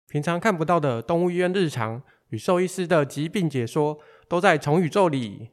平常看不到的动物医院日常与兽医师的疾病解说，都在宠宇宙里。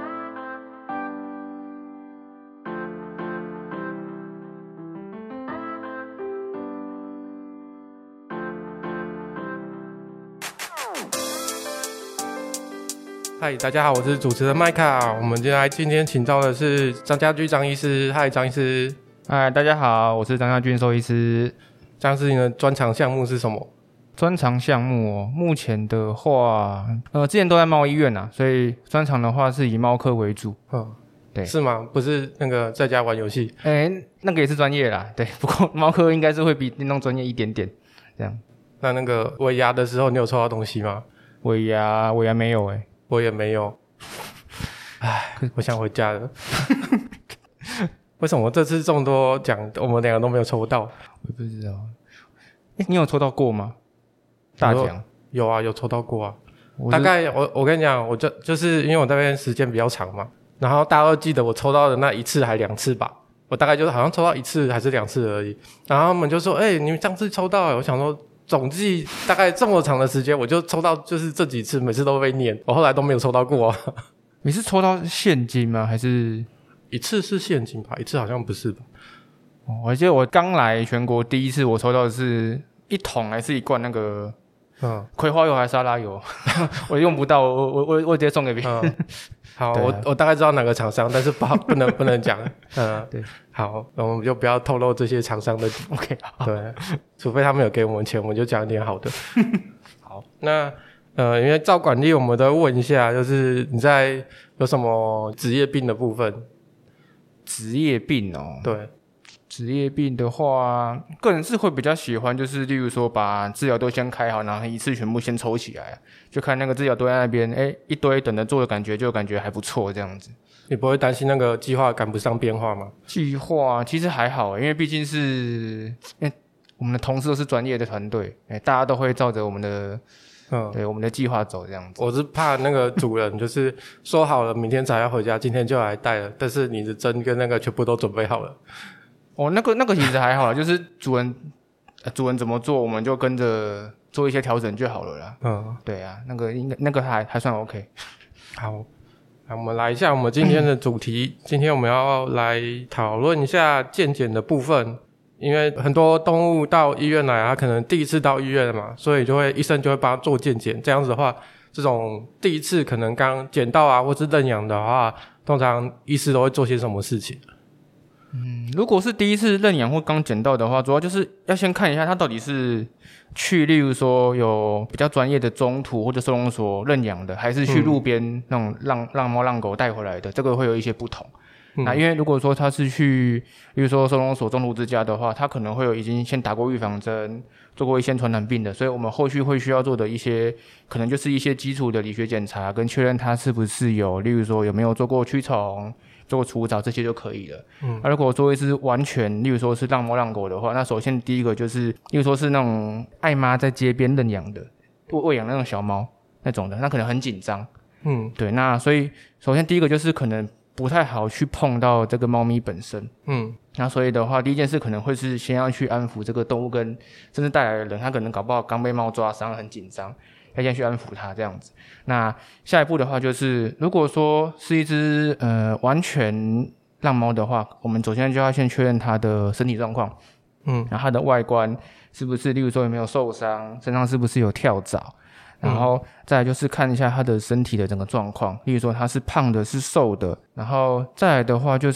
嗨，大家好，我是主持人麦卡。我们今天请到的是张家驹张医师。嗨，张医师。 嗨，大家好，我是张家驹兽医师。 张医师，你的专长项目是什么？ 专长项目哦，目前的话，之前都在猫医院啊，所以专长的话是以猫科为主。对， 是吗？不是那个在家玩游戏？ 那个也是专业啦，对。不过猫科应该是会比电动专业一点点，这样。 那个尾牙的时候，你有抽到东西吗？ 尾牙没有我也没有。唉，我想回家了。为什么这次众多奖我们两个都没有抽到？ 我不知道。你有抽到过吗？大奖？ 有啊，有抽到过啊。大概我跟你讲，我就是因为我那边时间比较长嘛，然后大家都记得我抽到的那一次还2次吧，我大概就是好像抽到1次还是2次而已。然后他们就说：“你们上次抽到了。”我想说，总计大概这么长的时间，我就抽到就是这几次，每次都被念，我后来都没有抽到过啊。 你是抽到现金吗？还是 1次是现金吧？1次好像不是吧？ 我记得我刚来全国第一次，我抽到的是1桶还是1罐那个葵花油还是沙拉油，我用不到，我直接送给别人。 好，我大概知道哪个厂商，但是不能讲。对，好，我们就不要透露这些厂商的。 OK， 对，除非他们有给我们钱，我们就讲一点好的。好，那因为照管理，我们都问一下，就是你在有什么职业病的部分？ 职业病哦， 对。 职业病的话，个人是会比较喜欢，就是例如说把治疗都先开好，然后一次全部先抽起来，就看那个治疗都在那边，一堆等着做的感觉还不错这样子。 你不会担心那个计划赶不上变化吗？ 计划其实还好，因为毕竟是我们的同事都是专业的团队，大家都会照着我们的对我们的计划走这样子。 我是怕那个主人就是说好了明天才要回家，今天就来带了，但是你的针跟那个全部都准备好了。 那个其实还好啦，就是主人怎么做，我们就跟着做一些调整就好了啦。对啊，那个还算 OK。 好，那我们来一下我们今天的主题。今天我们要来讨论一下健检的部分，因为很多动物到医院来，他可能第一次到医院嘛，所以医生就会帮他做健检。这样子的话，这种第一次可能刚捡到啊，或是认养的话，通常医师都会做些什么事情？ 如果是第一次认养或刚捡到的话，主要就是要先看一下它到底是去，例如说有比较专业的中途或者收容所认养的，还是去路边那种让猫让狗带回来的，这个会有一些不同。那因为如果说它是去，例如说收容所中途之家的话，它可能会有已经先打过预防针，做过一些传染病的，所以我们后续会需要做的一些，可能就是一些基础的理学检查，跟确认它是不是有，例如说有没有做过驱虫。做过除藻这些就可以了。如果说是完全，例如说是让猫让狗的话，那首先第一个就是，例如说是那种爱妈在街边认养的，喂养那种小猫那种的，那可能很紧张。对，那所以首先第一个就是可能不太好去碰到这个猫咪本身。那所以的话，第一件事可能会是先要去安抚这个动物跟甚至带来的人，他可能搞不好刚被猫抓伤，很紧张。要先去安抚它这样子。那下一步的话就是，如果说是一只完全浪猫的话，我们首先就要先确认它的身体状况，然后它的外观是不是，例如说有没有受伤，身上是不是有跳蚤，然后再来就是看一下它的身体的整个状况，例如说它是胖的是瘦的，然后再来的话就是。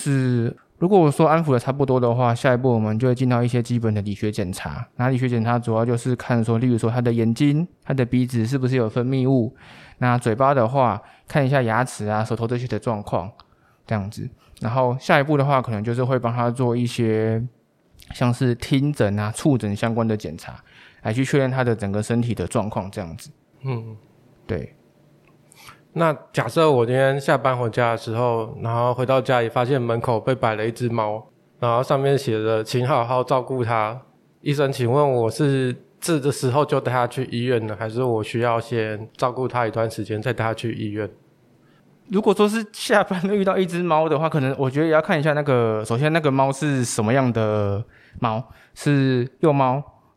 如果我说安抚的差不多的话，下一步我们就会进到一些基本的理学检查。那理学检查主要就是看说，例如说他的眼睛、他的鼻子是不是有分泌物。那嘴巴的话，看一下牙齿啊、舌头这些的状况，这样子。然后下一步的话，可能就是会帮他做一些像是听诊啊、触诊相关的检查，来去确认他的整个身体的状况，这样子。对。 那假设我今天下班回家的时候，然后回到家里发现门口被摆了一只猫，然后上面写着请好好照顾它。医生请问我是这个时候就带它去医院呢，还是我需要先照顾它一段时间再带它去医院？ 如果说是下班遇到一只猫的话，可能我觉得也要看一下首先那个猫是什么样的猫，是幼猫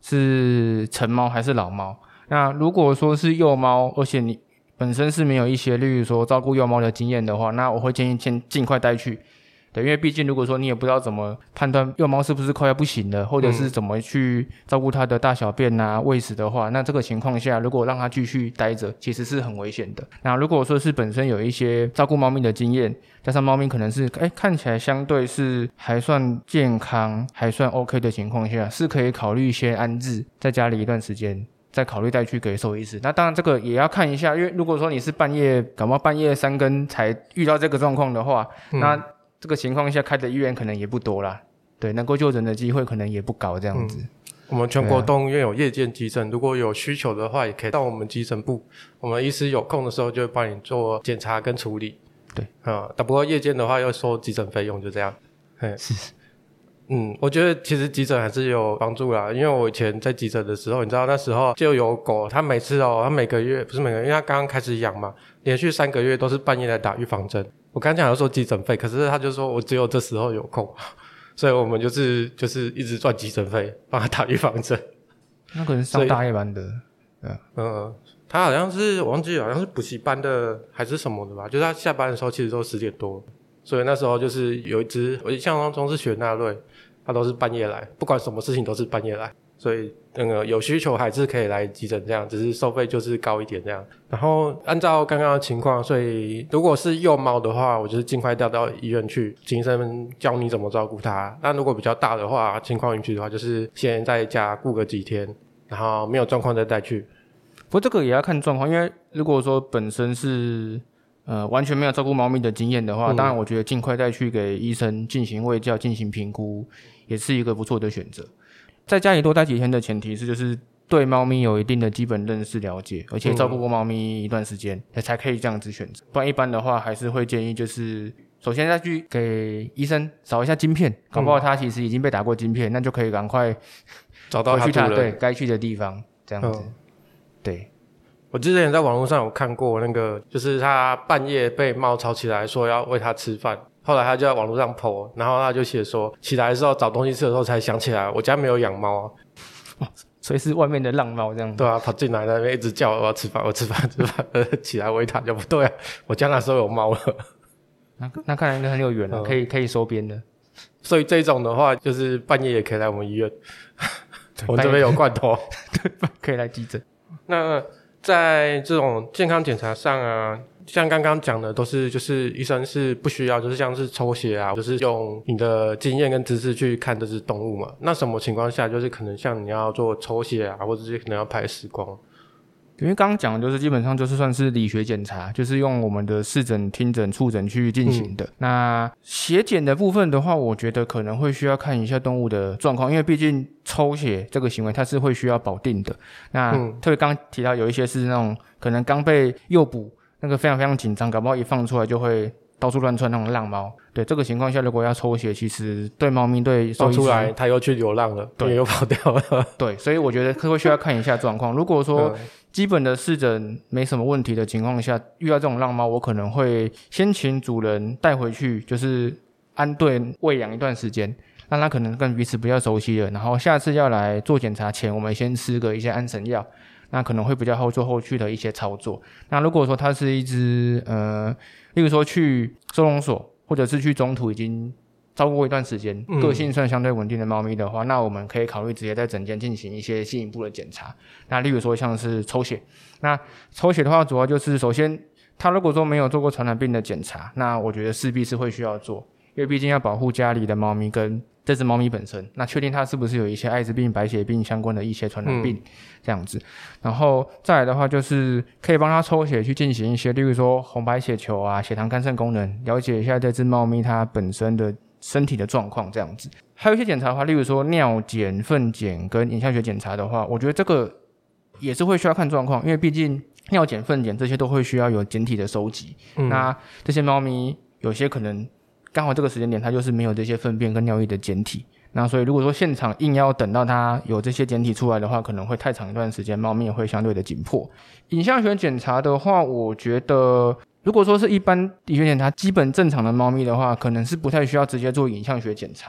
是成猫还是老猫。那如果说是幼猫，而且你本身是没有一些例如说照顾幼猫的经验的话，那我会建议先尽快带去。对，因为毕竟如果说你也不知道怎么判断幼猫是不是快要不行了，或者是怎么去照顾它的大小便啊、喂食的话，那这个情况下如果让它继续待着，其实是很危险的。那如果说是本身有一些照顾猫咪的经验，加上猫咪可能是看起来相对是还算健康、还算 OK 的情况下，是可以考虑先安置在家里一段时间，再考虑带去给兽医师。那当然这个也要看一下，因为如果说你是搞到半夜3更才遇到这个状况的话，那这个情况下开的医院可能也不多啦，对，能够就诊的机会可能也不高这样子。 我们全国动物医院有夜间急诊，如果有需求的话也可以到我们急诊部，我们医师有空的时候就会帮你做检查跟处理。 对， 但不过夜间的话要收急诊费用，就这样。是。我觉得其实急诊还是有帮助啦，因为我以前在急诊的时候，你知道那时候就有狗，它每次它每个月不是每个月，因为它刚刚开始养嘛，连续3个月都是半夜来打预防针。我刚讲要说急诊费，可是他就说我只有这时候有空，所以我们就是一直赚急诊费帮他打预防针。 那可能是上大夜班的， 他好像是我忘记好像是补习班的还是什么的吧，就是他下班的时候其实都10点多，所以那时候就是有一只我印象中是雪纳瑞，他都是半夜来，不管什么事情都是半夜来，所以有需求还是可以来急诊这样，只是收费就是高一点这样。然后按照刚刚的情况，所以如果是幼猫的话，我就是尽快带到医院去，请医生教你怎么照顾它。那如果比较大的话，情况允许的话，就是先在家顾个几天，然后没有状况再带去。 不过这个也要看状况，因为如果说本身是完全没有照顾猫咪的经验的话，当然我觉得尽快带去给医生进行卫教、进行评估，也是一个不错的选择。在家里多待几天的前提是，就是对猫咪有一定的基本认识了解，而且照顾过猫咪一段时间，才可以这样子选择。不然一般的话，还是会建议就是首先再去给医生扫一下晶片，搞不好他其实已经被打过晶片，那就可以赶快找到他对该去的地方，这样子。对， 我之前在网络上有看过那个，就是他半夜被猫吵起来，说要喂他吃饭。后来他就在网络上 po， 然后他就写说起来的时候找东西吃的时候才想起来我家没有养猫啊， 所以是外面的浪猫这样子。 对啊，跑进来那边一直叫我要吃饭，我吃饭起来喂它就不对啊，我家那时候有猫了。 那看来应该很有缘了，可以收编的。 所以这种的话就是半夜也可以来我们医院，我们这边有罐头， 对，可以来急诊。 那在这种健康检查上啊，像刚刚讲的都是就是医生是不需要，就是像是抽血啊，就是用你的经验跟知识去看这只动物嘛。那什么情况下就是可能像你要做抽血啊，或者是可能要拍视光？ 因为刚刚讲的就是基本上就是算是理学检查，就是用我们的视诊、听诊、触诊去进行的。那血检的部分的话，我觉得可能会需要看一下动物的状况，因为毕竟抽血这个行为它是会需要保定的。那特别刚刚提到有一些是那种可能刚被诱捕，那个非常非常紧张，搞不好一放出来就会到处乱窜那种浪猫。对，这个情况下如果要抽血，其实对猫咪对兽医师放出来它又去流浪了，对，又跑掉了。 对，所以我觉得会需要看一下状况。如果说基本的视诊没什么问题的情况下，遇到这种浪猫，我可能会先请主人带回去，就是安顿喂养一段时间，让它可能跟彼此比较熟悉了。然后下次要来做检查前，我们先吃个一些安神药，那可能会比较好做后续的一些操作。那如果说它是一只例如说去收容所，或者是去中途已经照顾过一段时间，个性算相对稳定的猫咪的话，那我们可以考虑直接在诊间进行一些进一步的检查。那例如说像是抽血，那抽血的话主要就是首先他如果说没有做过传染病的检查，那我觉得势必是会需要做，因为毕竟要保护家里的猫咪跟这只猫咪本身，那确定它是不是有一些艾滋病、白血病相关的一些传染病这样子。然后再来的话就是可以帮它抽血去进行一些例如说红白血球啊、血糖肝肾功能，了解一下这只猫咪它本身的身体的状况这样子。还有一些检查的话，例如说尿检、粪检跟影像学检查的话，我觉得这个也是会需要看状况，因为毕竟尿检、粪检这些都会需要有检体的收集。那这些猫咪有些可能刚好这个时间点它就是没有这些粪便跟尿液的检体，那所以如果说现场硬要等到它有这些检体出来的话，可能会太长一段时间，猫咪也会相对的紧迫。影像学检查的话，我觉得如果说是一般理学检查基本正常的猫咪的话，可能是不太需要直接做影像学检查。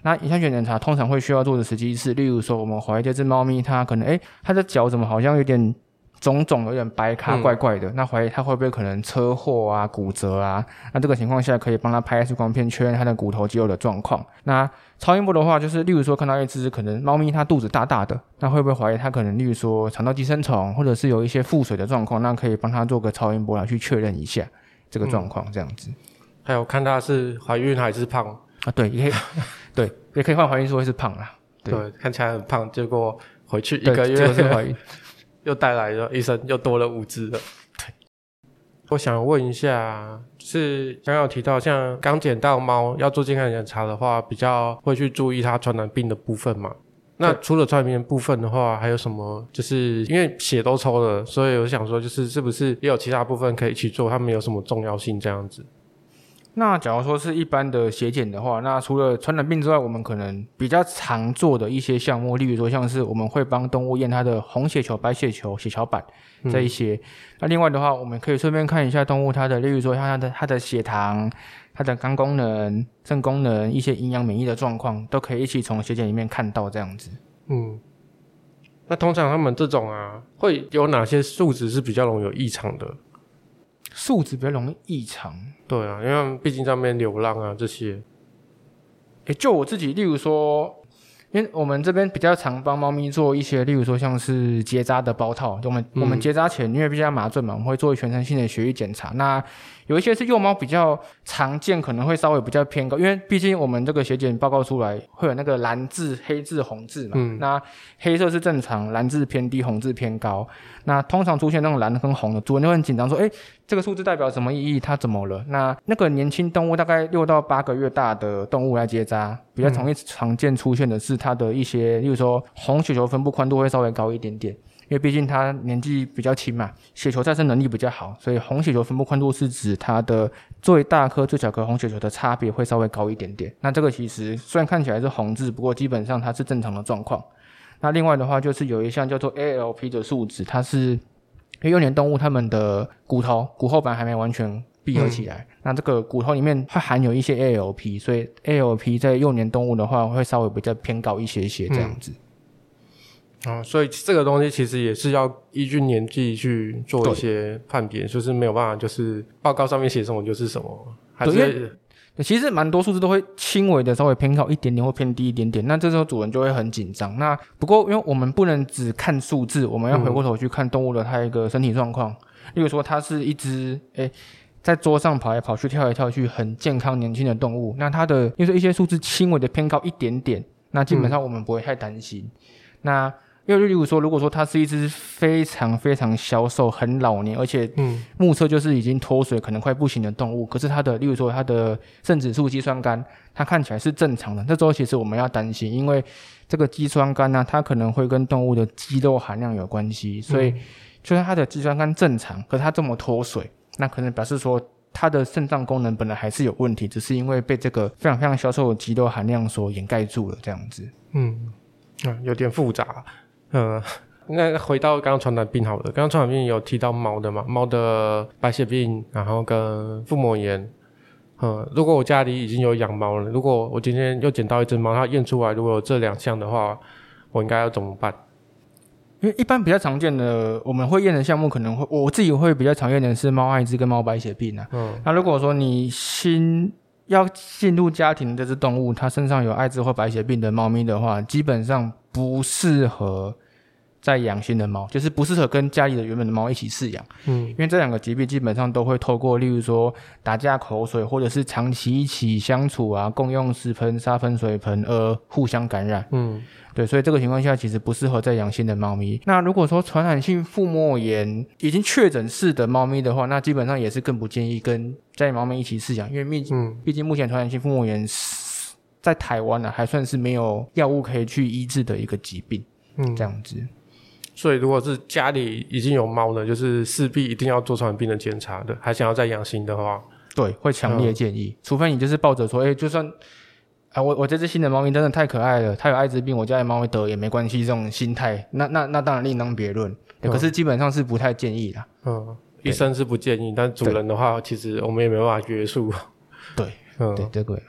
那影像学检查通常会需要做的时机是，例如说我们怀疑这只猫咪它可能它的脚怎么好像有点肿肿，有点白咖怪怪的，那怀疑它会不会可能车祸啊、骨折啊？那这个情况下可以帮它拍 X 光片确认它的骨头肌肉的状况。那超音波的话，就是例如说看到一只可能猫咪它肚子大大的，那会不会怀疑它可能例如说肠道寄生虫，或者是有一些腹水的状况？那可以帮它做个超音波来去确认一下这个状况，这样子。 还有看它是怀孕还是胖啊？对，也可以，对，也可以换怀孕说会是胖啦。 对，看起来很胖，结果回去1个月结果是怀孕。 又带来了医生又多了5只了。对，我想问一下，就是刚刚有提到像刚捡到猫要做健康检查的话，比较会去注意它传染病的部分嘛？那除了传染病的部分的话，还有什么？就是因为血都抽了，所以我想说，就是是不是也有其他部分可以去做？它们有什么重要性这样子？ 那假如说是一般的血检的话，那除了传染病之外，我们可能比较常做的一些项目，例如说像是我们会帮动物验它的红血球、白血球、血小板这一些。那另外的话，我们可以顺便看一下动物它的，例如说像它的血糖、它的肝功能、肾功能、一些营养免疫的状况，都可以一起从血检里面看到这样子。 那通常他们这种会有哪些数值是比较容易有异常的？ 数值比较容易异常。 对啊，因为他们毕竟在那边流浪啊这些。 就我自己，例如说，因为我们这边比较常帮猫咪做一些，例如说像是结扎的包套，我们结扎前，因为必须要麻醉嘛，我们会做全身性的血液检查。那有一些是幼猫比较常见，可能会稍微比较偏高，因为毕竟我们这个血检报告出来会有那个蓝字、黑字、红字嘛。那黑色是正常，蓝字偏低，红字偏高。那通常出现那种蓝跟红的，主人就会很紧张说，这个数字代表什么意义？它怎么了？那个年轻动物大概6到8个月大的动物来结扎，比较常见出现的是它的一些，例如说红血球分布宽度会稍微高一点点。因为毕竟它年纪比较轻嘛，血球再生能力比较好，所以红血球分布宽度是指它的最大颗最小颗红血球的差别会稍微高一点点。那这个其实虽然看起来是红字，不过基本上它是正常的状况。那另外的话就是有一项叫做 ALP 的数值，它是因为幼年动物它们的骨后板还没完全闭合起来，那这个骨头里面会含有一些 ALP， 所以 ALP 在幼年动物的话会稍微比较偏高一些这样子。 所以这个东西其实也是要依据年纪去做一些判别，就是没有办法就是报告上面写什么就是什么，还是其实蛮多数字都会轻微的稍微偏高一点点或偏低一点点，那这时候主人就会很紧张。那不过因为我们不能只看数字，我们要回过头去看动物的它一个身体状况。例如说它是一只在桌上跑来跑去跳来跳去很健康年轻的动物，那它的因为一些数字轻微的偏高一点点，那基本上我们不会太担心。那因为例如说如果说它是一只非常非常消瘦很老年，而且目测就是已经脱水可能快不行的动物，可是它的例如说它的肾指数肌酸酐它看起来是正常的，这时候其实我们要担心，因为这个肌酸酐它可能会跟动物的肌肉含量有关系，所以就算它的肌酸酐正常，可是它这么脱水，那可能表示说它的肾脏功能本来还是有问题，只是因为被这个非常非常消瘦的肌肉含量所掩盖住了这样子。 有点复杂。那回到刚刚传染病好了，刚刚传染病有提到猫的嘛，猫的白血病，然后跟腹膜炎。如果我家里已经有养猫了，如果我今天又捡到一只猫，它验出来如果有这2项的话，我应该要怎么办？ 因为一般比较常见的我们会验的项目，可能会我自己会比较常验的是猫艾滋跟猫白血病啊。那如果说你要进入家庭的这只动物，它身上有艾滋或白血病的猫咪的话，基本上不适合在养新的猫，就是不适合跟家里的原本的猫一起饲养。因为这2个疾病基本上都会透过例如说打架口水，或者是长期一起相处啊，共用食盆、沙盆、水盆而互相感染。对，所以这个情况下其实不适合再养新的猫咪。那如果说传染性腹膜炎已经确诊是的猫咪的话，那基本上也是更不建议跟家里猫咪一起饲养，因为毕竟目前传染性腹膜炎在台湾还算是没有药物可以去医治的一个疾病。这样子。 所以如果是家里已经有猫了，就是势必一定要做传染病的检查的，还想要再养新的话， 对，会强烈建议。除非你就是抱着说就算我这只新的猫咪真的太可爱了，它有艾滋病，我家的猫咪得也没关系，这种心态那当然另当别论。可是基本上是不太建议啦。 医生是不建议，但主人的话其实我们也没办法约束。 对，对，这个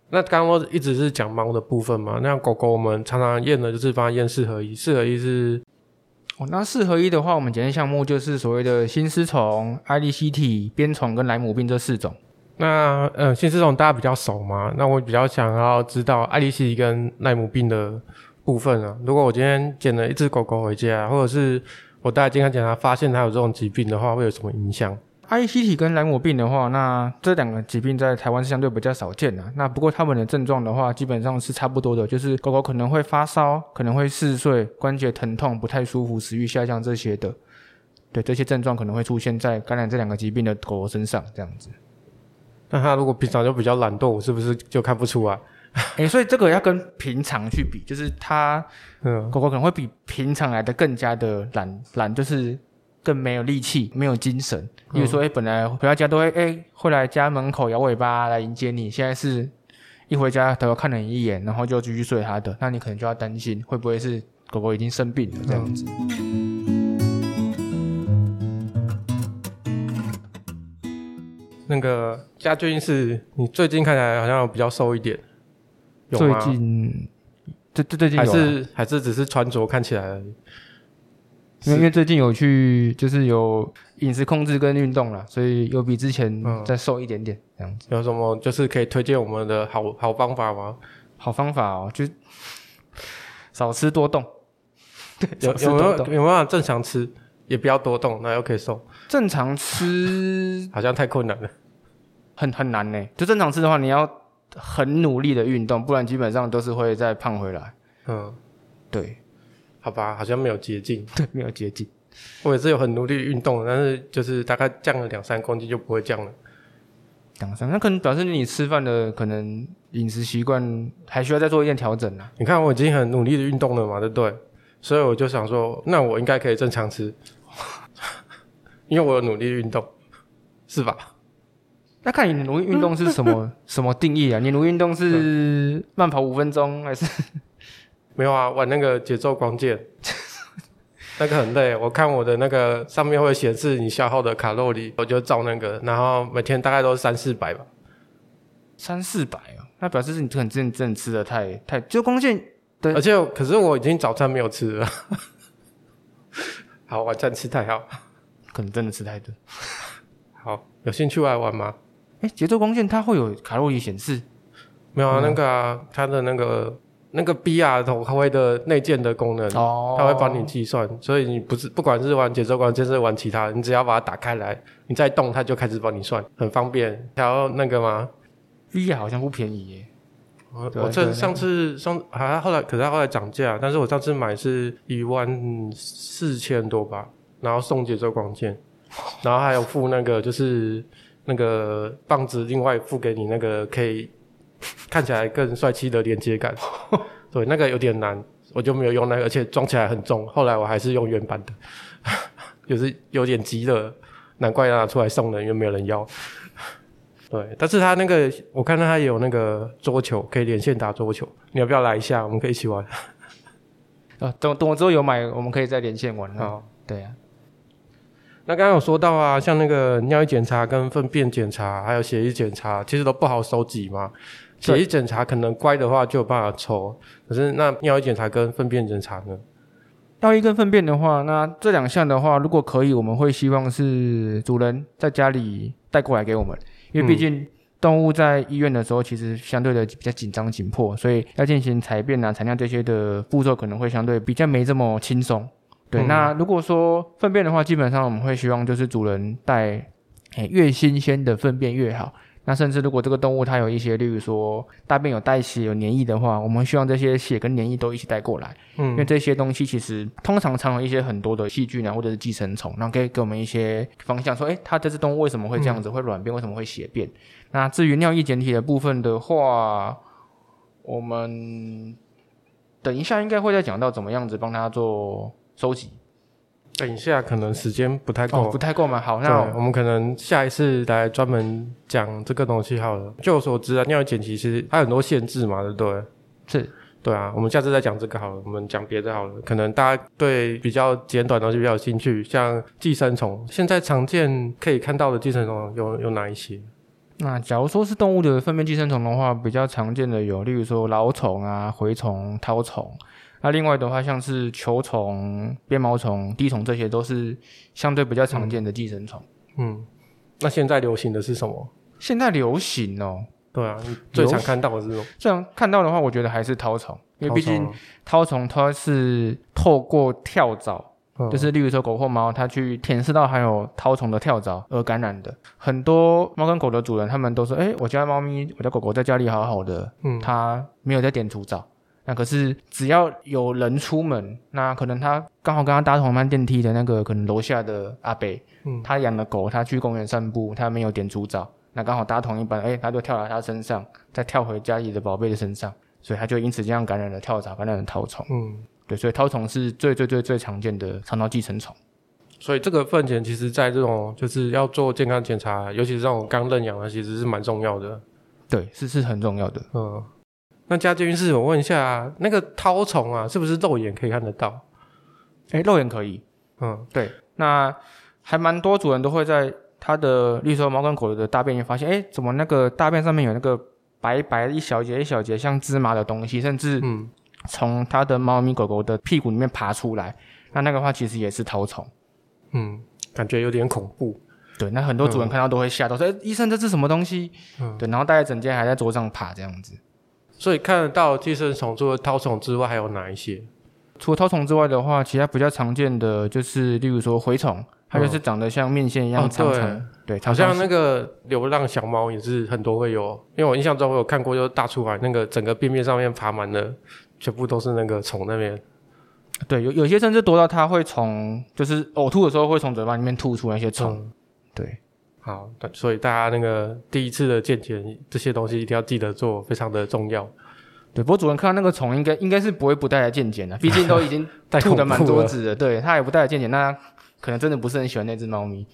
那刚刚我一直是讲猫的部分嘛，那狗狗我们常常验的就是帮它验四合一，四合一是那四合一的话，我们检验项目就是所谓的心丝虫、埃利希体、鞭虫跟莱姆病这4种。 那心丝虫大家比较熟嘛，那我比较想要知道埃利希体跟莱姆病的部分啊。如果我今天捡了一只狗狗回家，或者是我带健康检查发现它有这种疾病的话，会有什么影响？ 埃利希体跟莱姆病的话，那这2个疾病在台湾是相对比较少见的。那不过它们的症状的话，基本上是差不多的，就是狗狗可能会发烧，可能会嗜睡、关节疼痛、不太舒服、食欲下降这些的。对，这些症状可能会出现在感染这2个疾病的狗狗身上，这样子。 那它如果平常就比较懒惰，我是不是就看不出来？ 所以这个要跟平常去比，就是它狗狗可能会比平常来的更加的懒，就是更没有力气，没有精神。例如说本来回到家都会来家门口摇尾巴来迎接你，现在是一回家头看了你一眼，然后就继续睡它的，那你可能就要担心会不会是狗狗已经生病了这样子。 那个家俊是你最近看起来好像比较瘦一点，有吗？ 最近有还是只是穿着看起来而已？ 因为最近有去就是有饮食控制跟运动啦，所以有比之前再瘦一点点这样子。 有什么就是可以推荐我们的好方法吗？ 好方法就少吃多动。 有没有办法正常吃，也不要多动，那又可以瘦？ 正常吃好像太困难了。 很难呢。就正常吃的话，你要很努力的运动，不然基本上都是会再胖回来。对，好吧，好像没有捷径。 对，没有捷径。 我也是有很努力运动的，但是就是大概降了2-3公斤就不会降了。 2-3，那可能表示你吃饭的可能饮食习惯还需要再做一点调整啊。 你看我已经很努力的运动了嘛，对不对？所以我就想说，那我应该可以正常吃，因为我有努力运动，是吧？ 那看你努力运动是什么什么定义啊？你努力运动是慢跑5分钟还是？ 没有啊，玩那个节奏光剑，那个很累。我看我的那个上面会显示你消耗的卡路里，我就照那个，然后每天大概都是300-400吧。 300-400哦，那表示是你可能真的吃的太就光剑。对， 而且可是我已经早餐没有吃了。好，晚餐吃太好， 可能真的吃太多。 好，有兴趣来玩吗？ 节奏光剑它会有卡路里显示？ 没有啊，那个啊，它的那个 BR 头它会的内建的功能，它会帮你计算，所以你不管是玩节奏光剑是玩其他的，你只要把它打开来，你再动它就开始帮你算，很方便。还有那个吗 ？VR 好像不便宜耶。 我上次好像后来涨价，但是我上次买是14000多吧，然后送节奏光剑，然后还有附那个就是那个棒子，另外附给你那个可以看起来更帅气的连接杆。对，那个有点难，我就没有用那个，而且装起来很重，后来我还是用原版的。就是有点急了，难怪拿出来送人，因为没有人要。对，但是他那个我看到他也有那个桌球，可以连线打桌球，你要不要来一下？我们可以一起玩。 等我之后有买，我们可以再连线玩。 好， 对啊。 那刚刚有说到啊，像那个尿液检查跟粪便检查还有血液检查其实都不好收集嘛。血液检查可能乖的话就有办法抽，可是那尿液检查跟粪便检查呢？ 尿液跟粪便的话，那这2项的话如果可以，我们会希望是主人在家里带过来给我们，因为毕竟动物在医院的时候其实相对的比较紧张紧迫，所以要进行采便啊采尿这些的步骤可能会相对比较没这么轻松。对，那如果说粪便的话，基本上我们会希望就是主人带越新鲜的粪便越好。那甚至如果这个动物它有一些例如说大便有带血有黏液的话，我们希望这些血跟黏液都一起带过来。因为这些东西其实通常藏有一些很多的细菌啊或者是寄生虫，然后可以给我们一些方向说它这只动物为什么会这样子会软便，为什么会血便。那至于尿液检体的部分的话，我们等一下应该会再讲到怎么样子帮它做收集。 等一下可能时间不太够。 不太够吗？好，那我们可能下一次来专门讲这个东西好了。就我所知啊，尿液检体其实它有很多限制嘛，对不对？ 是。 对啊，我们下次再讲这个好了，我们讲别的好了。可能大家对比较简短的东西比较有兴趣，像寄生虫，现在常见可以看到的寄生虫有哪一些？ 那假如说是动物的粪便寄生虫的话，比较常见的有，例如说老虫啊、蛔虫、绦虫。那另外的话，像是球虫、鞭毛虫、滴虫，这些都是相对比较常见的寄生虫。 那现在流行的是什么？ 现在流行哦， 对啊，你最常看到的是什么？ 最常看到的话，我觉得还是绦虫，因为毕竟绦虫它是透过跳蚤。就是例如说狗或猫，它去舔舐到含有绦虫的跳蚤而感染的。很多猫跟狗的主人，他们都说：“我家猫咪、我家狗狗在家里好好的，它没有在点除蚤。”那可是只要有人出门，那可能他刚好跟他搭同班电梯的那个可能楼下的阿伯，他养了狗，他去公园散步，他没有点除蚤，那刚好搭同一班，他就跳到他身上，再跳回家里的宝贝的身上，所以他就因此这样感染了跳蚤，感染了绦虫。对，所以绦虫是最常见的肠道寄生虫。 所以这个粪检其实在这种就是要做健康检查，尤其是这种刚认养的，其实是蛮重要的。 对，是很重要的。 那家健医师，我问一下，那个绦虫啊，是不是肉眼可以看得到？ 肉眼可以。对，那还蛮多主人都会在他的，例如说猫跟狗的大便里发现，怎么那个大便上面有那个白白一小节一小节像芝麻的东西，甚至从他的猫咪狗狗的屁股里面爬出来，那个话其实也是绦虫。 感觉有点恐怖。 对，那很多主人看到都会吓到，说：“医生，这是什么东西？”对，然后大概整间还在桌上爬这样子。 所以看得到寄生虫除了绦虫之外还有哪一些？ 除了绦虫之外的话，其他比较常见的就是例如说蛔虫，它就是长得像面线一样长长。对， 好像那个流浪小猫也是很多会有，因为我印象中我有看过，就是大出来那个整个便便上面爬满了，全部都是那个虫那边。 对，有些甚至多到它会从就是呕吐的时候会从嘴巴里面吐出那些虫。对， 好，所以大家那个第一次的健检这些东西一定要记得做，非常的重要。 对，不过主人看到那个虫应该是不会不带来健检的，毕竟都已经吐得满桌子了。对，他也不带来健检，那可能真的不是很喜欢那只猫咪。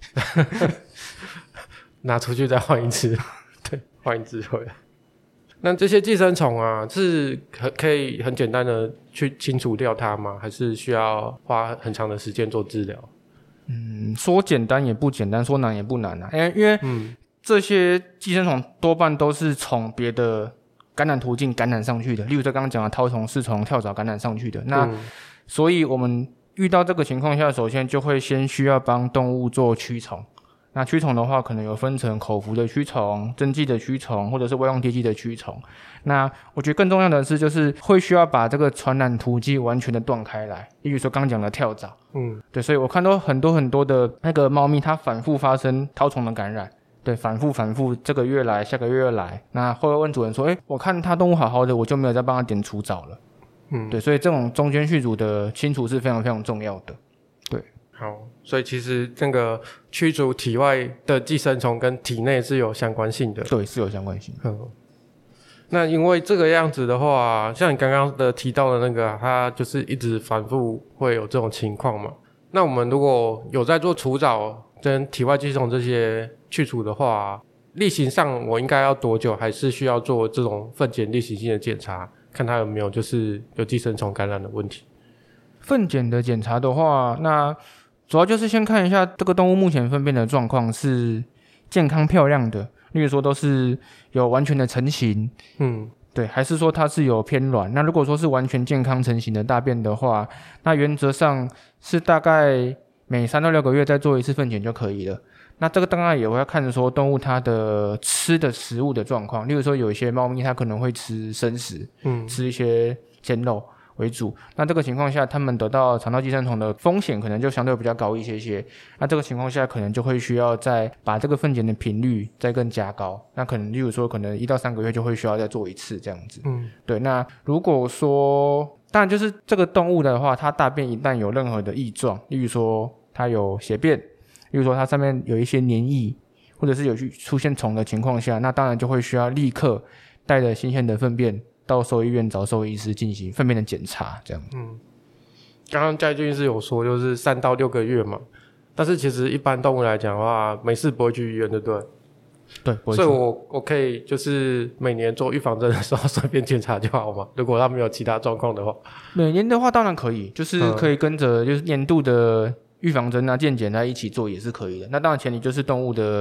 拿出去再换一只，对，换一只回来。那这些寄生虫啊，是可以很简单的去清除掉它吗？还是需要花很长的时间做治疗？ 说简单也不简单，说难也不难啊。因为这些寄生虫多半都是从别的感染途径感染上去的，例如说刚刚讲的绦虫、虱虫、跳蚤感染上去的。那所以我们遇到这个情况下，首先就会先需要帮动物做驱虫。那驱虫的话，可能有分成口服的驱虫、针剂的驱虫，或者是外用贴剂的驱虫。那我觉得更重要的是，就是会需要把这个传染途径完全的断开来。例如说刚讲的跳蚤，对，所以我看到很多的那个猫咪，它反复发生绦虫的感染，对，反复，这个月来，下个月又来。那后来问主人说，我看它动物好好的，我就没有再帮它点除蚤了。对，所以这种中间续主的清除是非常非常重要的。对。 好，所以其实这个驱逐体外的寄生虫跟体内是有相关性的。 对，是有相关性。 那因为这个样子的话，像你刚刚的提到的那个，它就是一直反复会有这种情况嘛。那我们如果有在做除蚤跟体外寄生虫这些去除的话，例行上我应该要多久？还是需要做这种粪检例行性的检查，看它有没有就是有寄生虫感染的问题？ 粪检的检查的话，那主要就是先看一下这个动物目前粪便的状况是健康漂亮的，例如说都是有完全的成型，对，还是说它是有偏软。那如果说是完全健康成型的大便的话，那原则上是大概每3到6个月再做一次粪检就可以了。那这个当然也会看说动物它的吃的食物的状况，例如说有一些猫咪它可能会吃生食，吃一些鲜肉为主，那这个情况下他们得到肠道寄生虫的风险可能就相对比较高一些，那这个情况下可能就会需要再把这个粪检的频率再更加高，那可能例如说可能1到3个月就会需要再做一次这样子。对，那如果说当然就是这个动物的话，它大便一旦有任何的异状，例如说它有血便，例如说它上面有一些黏液，或者是有出现虫的情况下，那当然就会需要立刻带着新鲜的粪便到兽医院找兽医师进行粪便的检查，这样。 刚刚嘉俊是有说就是3到6个月嘛，但是其实一般动物来讲的话，没事不会去医院，对不对？ 对，不会去。 所以我可以就是每年做预防针的时候顺便检查就好嘛。如果它没有其他状况的话， 每年的话当然可以，就是可以跟着就是年度的预防针啊、健检啊一起做也是可以的。那当然前提就是动物的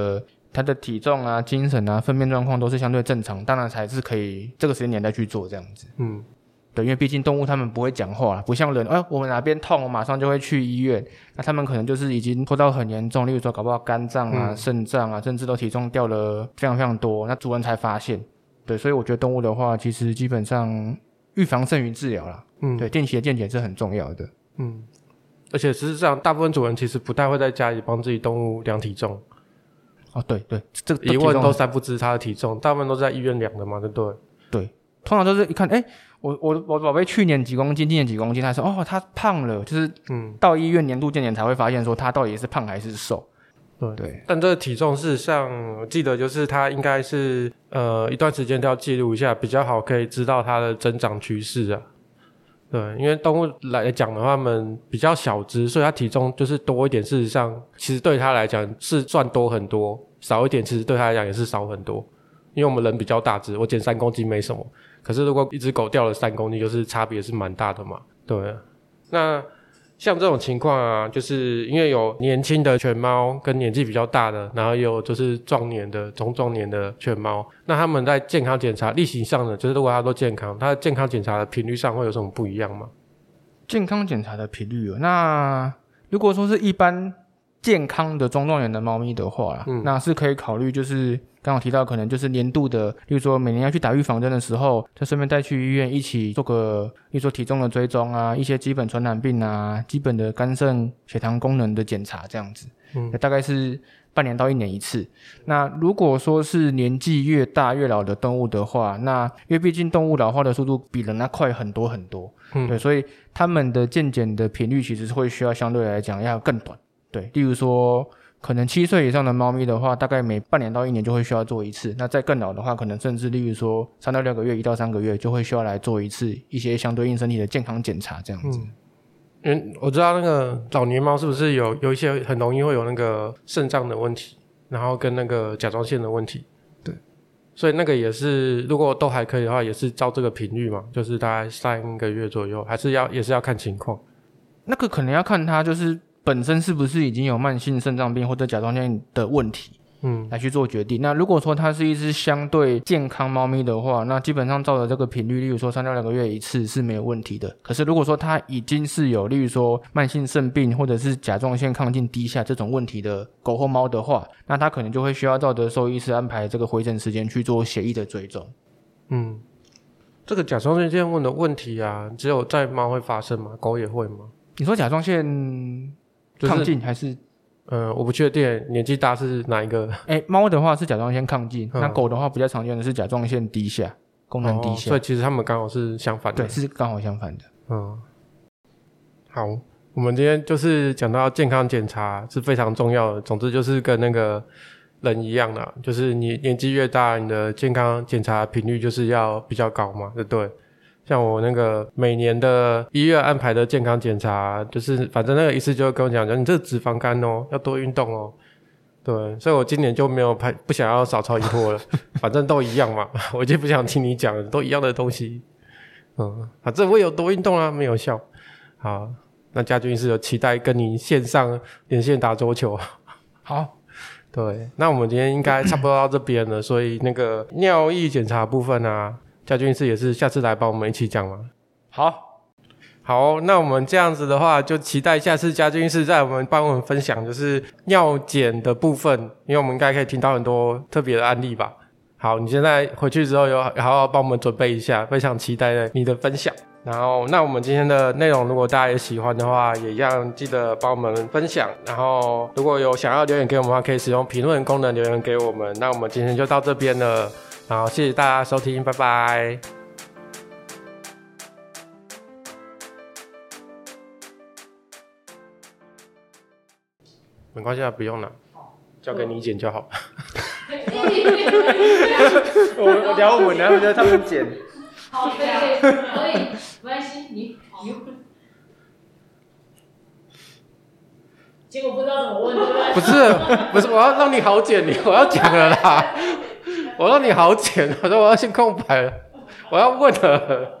他的体重啊、精神啊、粪便状况都是相对正常，当然才是可以这个时间点再去做这样子。对，因为毕竟动物他们不会讲话啦，不像人，我们哪边痛，我马上就会去医院。那他们可能就是已经拖到很严重，例如说搞不好肝脏啊、肾脏啊，甚至都体重掉了非常非常多，那主人才发现。对，所以我觉得动物的话，其实基本上预防胜于治疗啦。对，定期的健检是很重要的。 而且事实上，大部分主人其实不太会在家里帮自己动物量体重。 对，这个一问都3不知它的体重，大部分都是在医院量的嘛，对不对？ 对，通常都是一看，我宝贝去年几公斤，今年几公斤，他说他胖了，就是到医院年度健检才会发现说他到底是胖还是瘦。对， 但这个体重事实上，我记得就是它应该是一段时间都要记录一下，比较好可以知道它的增长趋势啊。对，因为动物来讲的话，它们比较小只，所以它体重就是多一点，事实上其实对它来讲是算多很多，少一点其实对它来讲也是少很多。因为我们人比较大只，我减3公斤没什么，可是如果一只狗掉了3公斤，就是差别是蛮大的嘛。对，那像这种情况啊，就是因为有年轻的犬猫跟年纪比较大的，然后也有就是壮年的、中壮年的犬猫，那他们在健康检查例行上的，就是如果它都健康，它的健康检查的频率上会有什么不一样吗？ 健康检查的频率那如果说是一般健康的中壮年的猫咪的话那是可以考虑，就是刚好提到可能就是年度的，例如说每年要去打预防针的时候，就顺便带去医院一起做个，例如说体重的追踪啊，一些基本传染病啊，基本的肝肾血糖功能的检查这样子。大概是半年到1年一次。那如果说是年纪越大越老的动物的话，那因为毕竟动物老化的速度比人快很多很多，对，所以他们的健检的频率其实会需要相对来讲要更短。对，例如说可能7岁以上的猫咪的话，大概每半年到1年就会需要做一次。那再更老的话，可能甚至例如说3到6个月、1到3个月就会需要来做一次一些相对应身体的健康检查这样子。 因为我知道那个老年猫是不是有一些很容易会有那个肾脏的问题，然后跟那个甲状腺的问题。对，所以那个也是如果都还可以的话，也是照这个频率嘛，就是大概3个月左右，还是也是要看情况。 那个可能要看它就是本身是不是已经有慢性肾脏病或者甲状腺的问题，来去做决定。那如果说它是一只相对健康猫咪的话，那基本上照着这个频率，例如说3到2个月一次是没有问题的。可是如果说它已经是有例如说慢性肾病或者是甲状腺亢进低下这种问题的狗或猫的话，那它可能就会需要照着兽医师安排这个回诊时间去做血液的追踪。 这个甲状腺问的问题啊，只有在猫会发生吗？狗也会吗？ 你说甲状腺亢进还是我不确定年纪大是哪一个。 猫的话是甲状腺亢进，那狗的话比较常见的是甲状腺低下，功能低下。 所以其实他们刚好是相反的。 对，是刚好相反的。 好，我们今天就是讲到健康检查是非常重要的，总之就是跟那个人一样啦，就是你年纪越大，你的健康检查频率就是要比较高嘛，对不对？像我那个每年的医院安排的健康检查，就是反正那个医师就会跟我讲你这脂肪肝要多运动对，所以我今年就没有不想要少超音波了反正都一样嘛我就不想听你讲了，都一样的东西。反正我有多运动没有效。好，那家军医师有期待跟你线上连线打桌球。 好， 对，那我们今天应该差不多到这边了所以那个尿液检查部分家军医师也是下次来帮我们一起讲吗？好，那我们这样子的话就期待下次家军医师帮我们分享就是尿检的部分，因为我们应该可以听到很多特别的案例吧。好，你现在回去之后有好好帮我们准备一下，非常期待你的分享。然后那我们今天的内容如果大家也喜欢的话，也一样记得帮我们分享，然后如果有想要留言给我们的话，可以使用评论功能留言给我们。那我们今天就到这边了，好，谢谢大家收听，拜拜。没关系不用了，交给你剪就好我聊稳然后他们剪。 好，可以，没关系，你结果不知道怎么问，对不对？ 不是，我要让你好剪，我要讲了啦，我让你好剪，我说我要先空白了，我要问了。